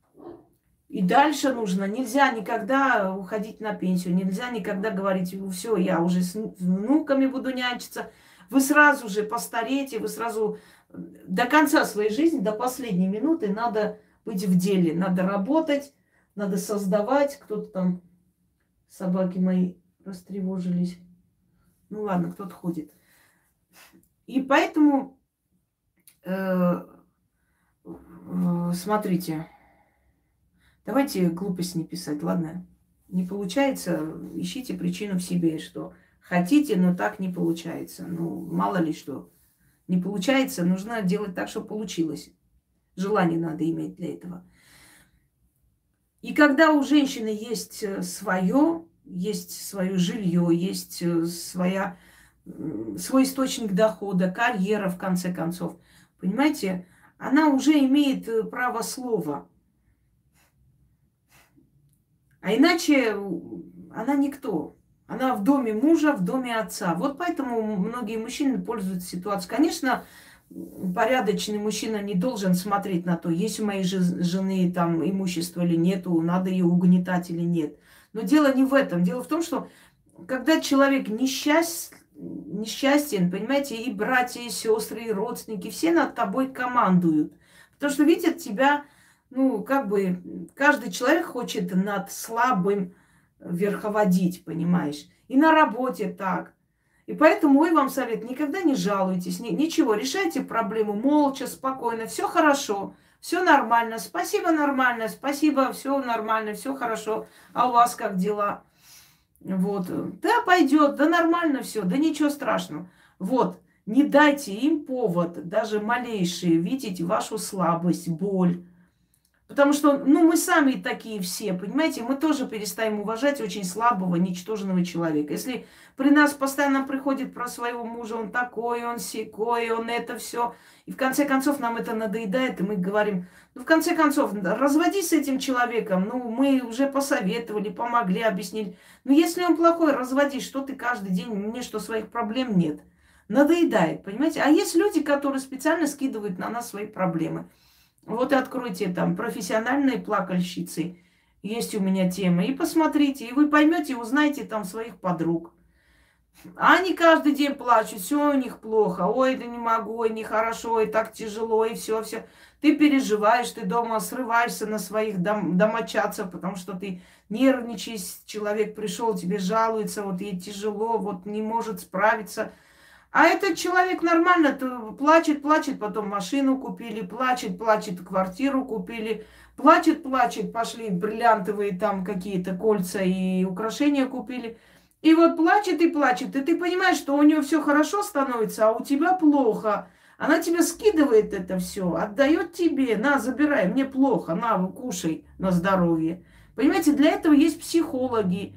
И дальше нужно, нельзя никогда уходить на пенсию, нельзя никогда говорить, все, я уже с внуками буду нянчиться. Вы сразу же постареете, вы сразу до конца своей жизни, до последней минуты надо быть в деле, надо работать, надо создавать. Кто-то там, собаки мои растревожились. Ну ладно, кто-то ходит. И поэтому, э, э, смотрите, давайте глупость не писать, ладно? Не получается, ищите причину в себе, что хотите, но так не получается. Ну, мало ли что. Не получается, нужно делать так, чтобы получилось. Желание надо иметь для этого. И когда у женщины есть свое, есть свое жилье, есть э, своя, м, свой источник дохода, карьера, в конце концов, понимаете, она уже имеет э, право слова. А иначе она никто. Она в доме мужа, в доме отца. Вот поэтому многие мужчины пользуются ситуацией. Конечно, порядочный мужчина не должен смотреть на то, есть у моей жены там имущество или нету, надо ее угнетать или нет. Но дело не в этом. Дело в том, что когда человек несчаст... несчастен, понимаете, и братья, и сестры, и родственники, все над тобой командуют. Потому что видят тебя, ну, как бы, каждый человек хочет над слабым верховодить, понимаешь? И на работе так. И поэтому мой вам совет: никогда не жалуйтесь, ни, ничего, решайте проблему молча, спокойно, все хорошо, все нормально, спасибо, нормально, спасибо, все нормально, все хорошо. А у вас как дела? Вот. Да, пойдет, да нормально все, да ничего страшного. Вот. Не дайте им повод, даже малейший, видеть вашу слабость, боль. Потому что, ну, мы сами такие все, понимаете, мы тоже перестаем уважать очень слабого, ничтожного человека. Если при нас постоянно приходит про своего мужа, он такой, он сякой, он это все, и в конце концов нам это надоедает, и мы говорим: ну, в конце концов, разводись с этим человеком, ну, мы уже посоветовали, помогли, объяснили. Но если он плохой, разводись, что ты каждый день, мне что, своих проблем нет. Надоедает, понимаете? А есть люди, которые специально скидывают на нас свои проблемы. Вот и откройте там профессиональные плакальщицы. Есть у меня тема. И посмотрите, и вы поймете, узнаете там своих подруг. А они каждый день плачут, все у них плохо. Ой, да не могу, ой, нехорошо, и так тяжело, и все, все. Ты переживаешь, ты дома срываешься на своих дом, домочадцев, потому что ты нервничаешь, человек пришел, тебе жалуется, вот ей тяжело, вот не может справиться. А этот человек нормально то плачет, плачет, потом машину купили, плачет, плачет, квартиру купили, плачет, плачет, пошли бриллиантовые там какие-то кольца и украшения купили. И вот плачет и плачет, и ты понимаешь, что у нее все хорошо становится, а у тебя плохо. Она тебе скидывает это все, отдает тебе: на, забирай, мне плохо, на, кушай на здоровье. Понимаете, для этого есть психологи.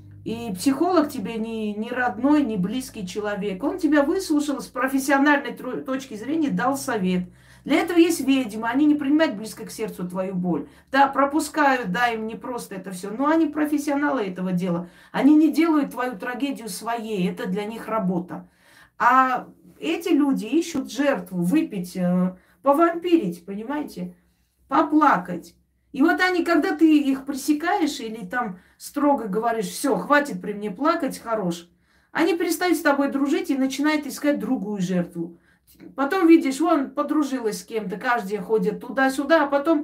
И психолог тебе не, не родной, не близкий человек. Он тебя выслушал с профессиональной точки зрения, дал совет. Для этого есть ведьмы, они не принимают близко к сердцу твою боль. Да, пропускают, да, им не просто это все, но они профессионалы этого дела. Они не делают твою трагедию своей, это для них работа. А эти люди ищут жертву, выпить, э, повампирить, понимаете, поплакать. И вот они, когда ты их пресекаешь или там строго говоришь: все, хватит при мне плакать, хорош, они перестают с тобой дружить и начинают искать другую жертву. Потом видишь, вон подружилась с кем-то, каждый ходит туда-сюда, а потом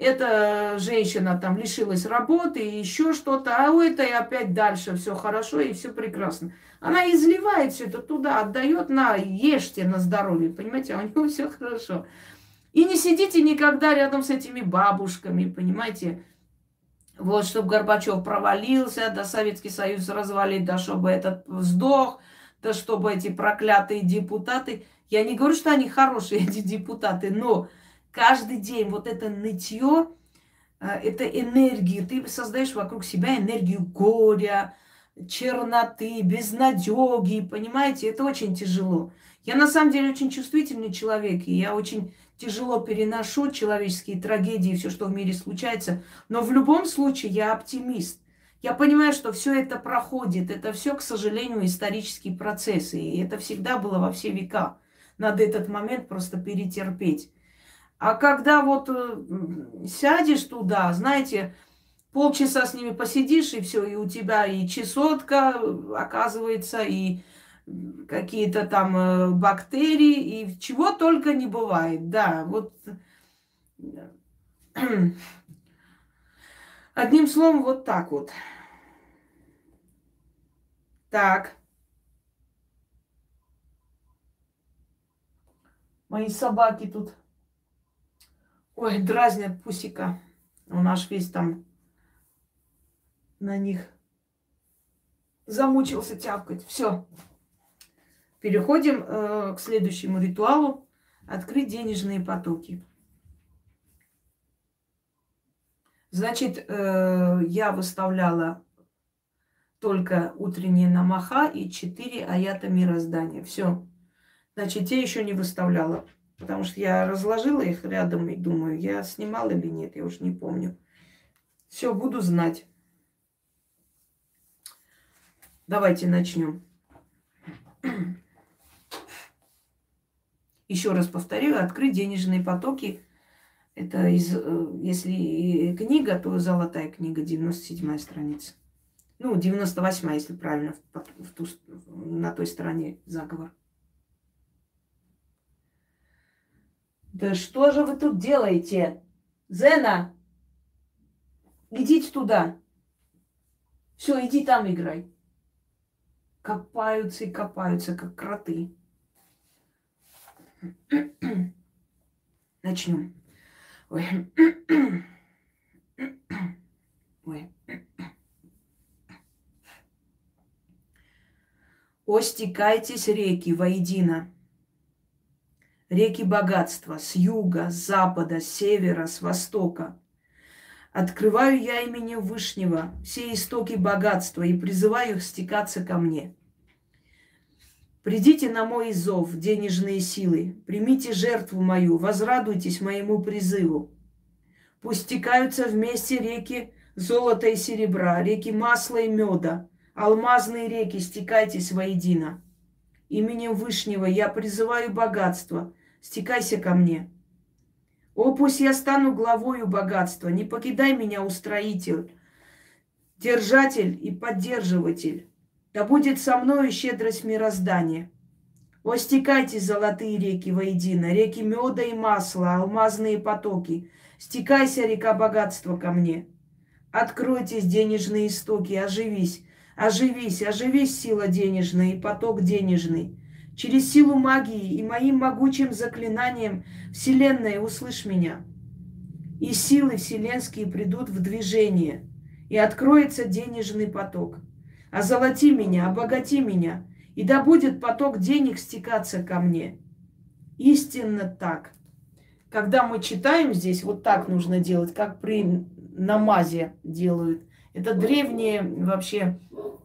эта женщина там лишилась работы и еще что-то, а у этой опять дальше все хорошо и все прекрасно. Она изливает все это туда, отдает: на, ешьте на здоровье, понимаете, а у него все хорошо. И не сидите никогда рядом с этими бабушками, понимаете. Вот, чтобы Горбачев провалился, да Советский Союз развалить, да чтобы этот сдох, да чтобы эти проклятые депутаты. Я не говорю, что они хорошие, эти депутаты, но каждый день вот это нытье, это энергию, ты создаешь вокруг себя энергию горя, черноты, безнадеги, понимаете, это очень тяжело. Я на самом деле очень чувствительный человек, и я очень тяжело переношу человеческие трагедии, все, что в мире случается. Но в любом случае я оптимист. Я понимаю, что все это проходит. Это все, к сожалению, исторические процессы. И это всегда было во все века. Надо этот момент просто перетерпеть. А когда вот э, сядешь туда, знаете, полчаса с ними посидишь, и все, и у тебя и чесотка, оказывается, и какие-то там э, бактерии, и чего только не бывает. Да, вот одним словом, вот так вот. Так. Мои собаки тут, ой, дразнят пусика. Он аж весь там на них замучился тявкать. Все. Переходим э, к следующему ритуалу. Открыть денежные потоки. Значит, э, я выставляла только утренние намаха и четыре аята мироздания. Все. Значит, те еще не выставляла. Потому что я разложила их рядом и думаю, я снимала или нет, я уже не помню. Все, буду знать. Давайте начнем. Еще раз повторю, открыть денежные потоки. Это из, если книга, то золотая книга, девяносто седьмая страница. Ну, девяносто восьмая, если правильно, в ту, на той стороне заговор. Да что же вы тут делаете? Зена, идите туда. Все, иди там играй. Копаются и копаются, как кроты. Начнем. Ой. Ой. О, стекайтесь, реки, воедино. Реки богатства с юга, с запада, с севера, с востока. Открываю я именем Вышнего все истоки богатства и призываю их стекаться ко мне. Придите на мой зов, денежные силы, примите жертву мою, возрадуйтесь моему призыву. Пусть стекаются вместе реки золота и серебра, реки масла и меда, алмазные реки, стекайтесь воедино. Именем Вышнего я призываю богатство, стекайся ко мне. О, пусть я стану главою богатства, не покидай меня, устроитель, держатель и поддерживатель. Да будет со мною щедрость мироздания. О, стекайтесь, золотые реки, воедино, реки меда и масла, алмазные потоки. Стекайся, река богатства, ко мне. Откройтесь, денежные истоки, оживись, оживись, оживись, сила денежная и поток денежный. Через силу магии и моим могучим заклинанием Вселенная, услышь меня. И силы вселенские придут в движение, и откроется денежный поток. Озолоти меня, обогати меня, и да будет поток денег стекаться ко мне. Истинно так. Когда мы читаем здесь, вот так нужно делать, как при намазе делают. Это древние вообще,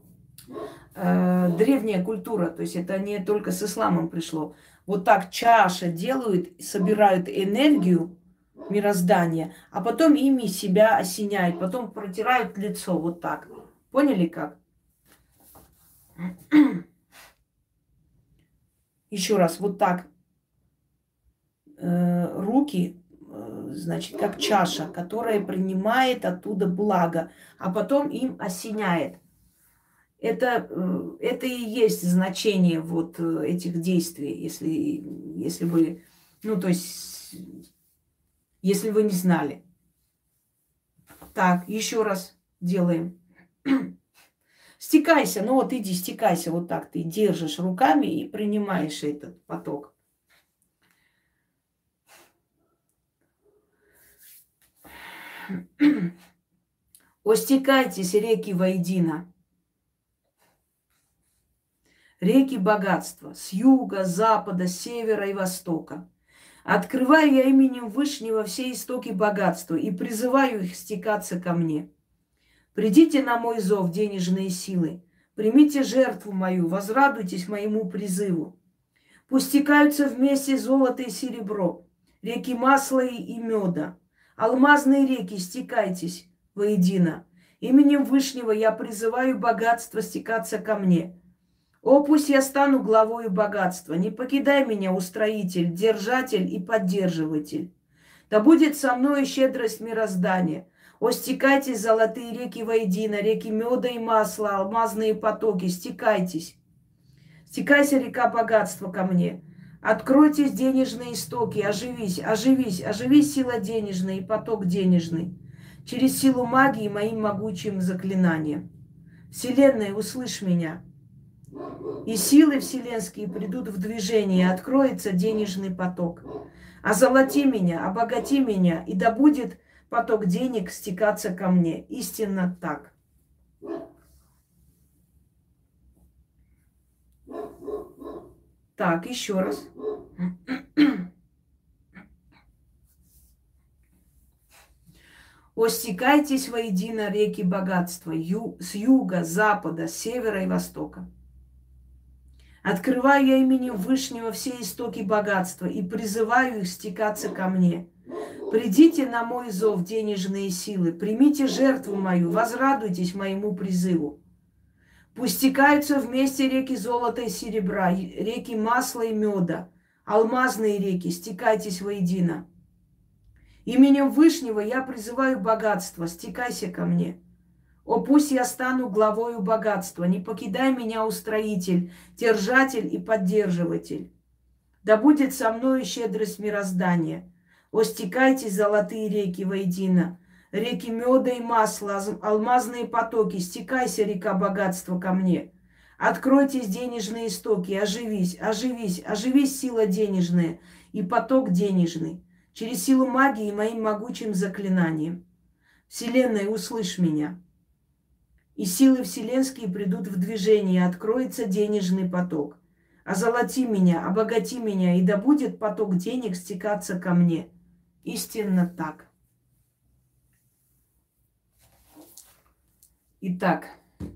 э, древняя культура, то есть это не только с исламом пришло. Вот так чаша делают, собирают энергию мироздания, а потом ими себя осеняют, потом протирают лицо вот так. Поняли как? Еще раз, вот так э, руки, э, значит, как чаша, которая принимает оттуда благо, а потом им осеняет. Это, э, это и есть значение вот этих действий, если, если вы, ну, то есть, если вы не знали. Так, еще раз делаем. Стекайся, ну вот иди, стекайся, вот так ты держишь руками и принимаешь этот поток. О, стекайтесь, реки воедино. Реки богатства с юга, с запада, с севера и востока. Открываю я именем Вышнего все истоки богатства и призываю их стекаться ко мне. Придите на мой зов, денежные силы, примите жертву мою, возрадуйтесь моему призыву. Пусть стекаются вместе золото и серебро, реки масла и меда, алмазные реки, стекайтесь воедино. Именем Вышнего я призываю богатство стекаться ко мне. О, пусть я стану главою богатства, не покидай меня, устроитель, держатель и поддерживатель. Да будет со мной щедрость мироздания. О, стекайтесь, золотые реки воедино, реки меда и масла, алмазные потоки, стекайтесь. Стекайся, река богатства, ко мне. Откройтесь, денежные истоки, оживись, оживись, оживись, сила денежная и поток денежный. Через силу магии моим могучим заклинанием. Вселенная, услышь меня. И силы вселенские придут в движение, откроется денежный поток. Озолоти меня, обогати меня, и да будет поток денег стекаться ко мне. Истинно так. Так, еще раз. О, стекайтесь воедино реки богатства ю, с юга, запада, севера и востока. Открываю я именем Вышнего все истоки богатства и призываю их стекаться ко мне. Придите на мой зов, денежные силы, примите жертву мою, возрадуйтесь моему призыву. Пусть стекаются вместе реки золота и серебра, реки масла и меда, алмазные реки, стекайтесь воедино. Именем Вышнего я призываю богатство, стекайся ко мне. О, пусть я стану главою богатства, не покидай меня, устроитель, держатель и поддерживатель. Да будет со мною щедрость мироздания. О, стекайтесь, золотые реки, воедино, реки меда и масла, алмазные потоки, стекайся, река богатства, ко мне. Откройтесь, денежные истоки, оживись, оживись, оживись, сила денежная и поток денежный, через силу магии и моим могучим заклинанием. Вселенная, услышь меня. И силы вселенские придут в движение, откроется денежный поток. Озолоти меня, обогати меня, и да будет поток денег стекаться ко мне. Истинно так. Итак,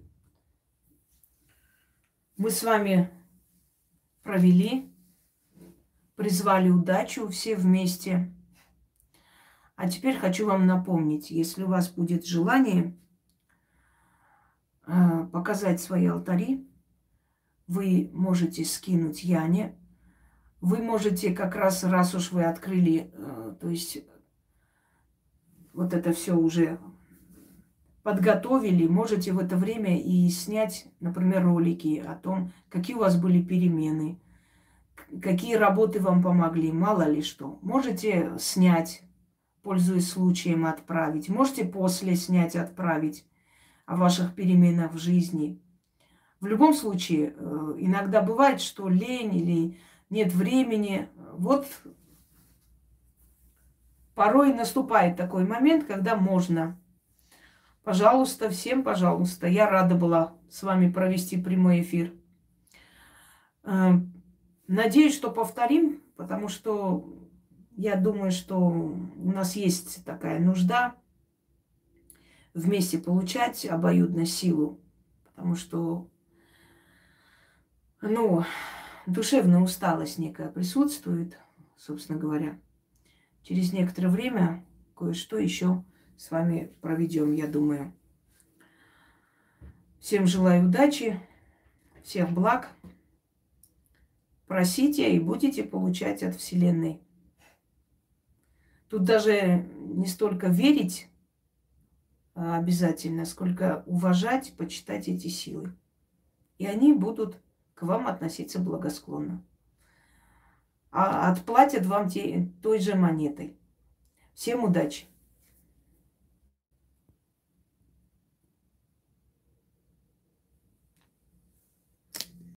мы с вами провели, призвали удачу все вместе. А теперь хочу вам напомнить, если у вас будет желание э, показать свои алтари, вы можете скинуть Яне. Вы можете как раз, раз уж вы открыли, э, то есть вот это все уже подготовили, можете в это время и снять, например, ролики о том, какие у вас были перемены, какие работы вам помогли, мало ли что. Можете снять, пользуясь случаем, отправить. Можете после снять, отправить о ваших переменах в жизни. В любом случае, иногда бывает, что лень или нет времени. Вот порой наступает такой момент, когда можно. Пожалуйста, всем пожалуйста. Я рада была с вами провести прямой эфир. Надеюсь, что повторим, потому что я думаю, что у нас есть такая нужда вместе получать обоюдно силу. Потому что, ну, душевная усталость некая присутствует, собственно говоря. Через некоторое время кое-что еще с вами проведем, я думаю. Всем желаю удачи, всех благ. Просите и будете получать от Вселенной. Тут даже не столько верить обязательно, сколько уважать, почитать эти силы. И они будут к вам относиться благосклонно. А отплатят вам те, той же монетой. Всем удачи!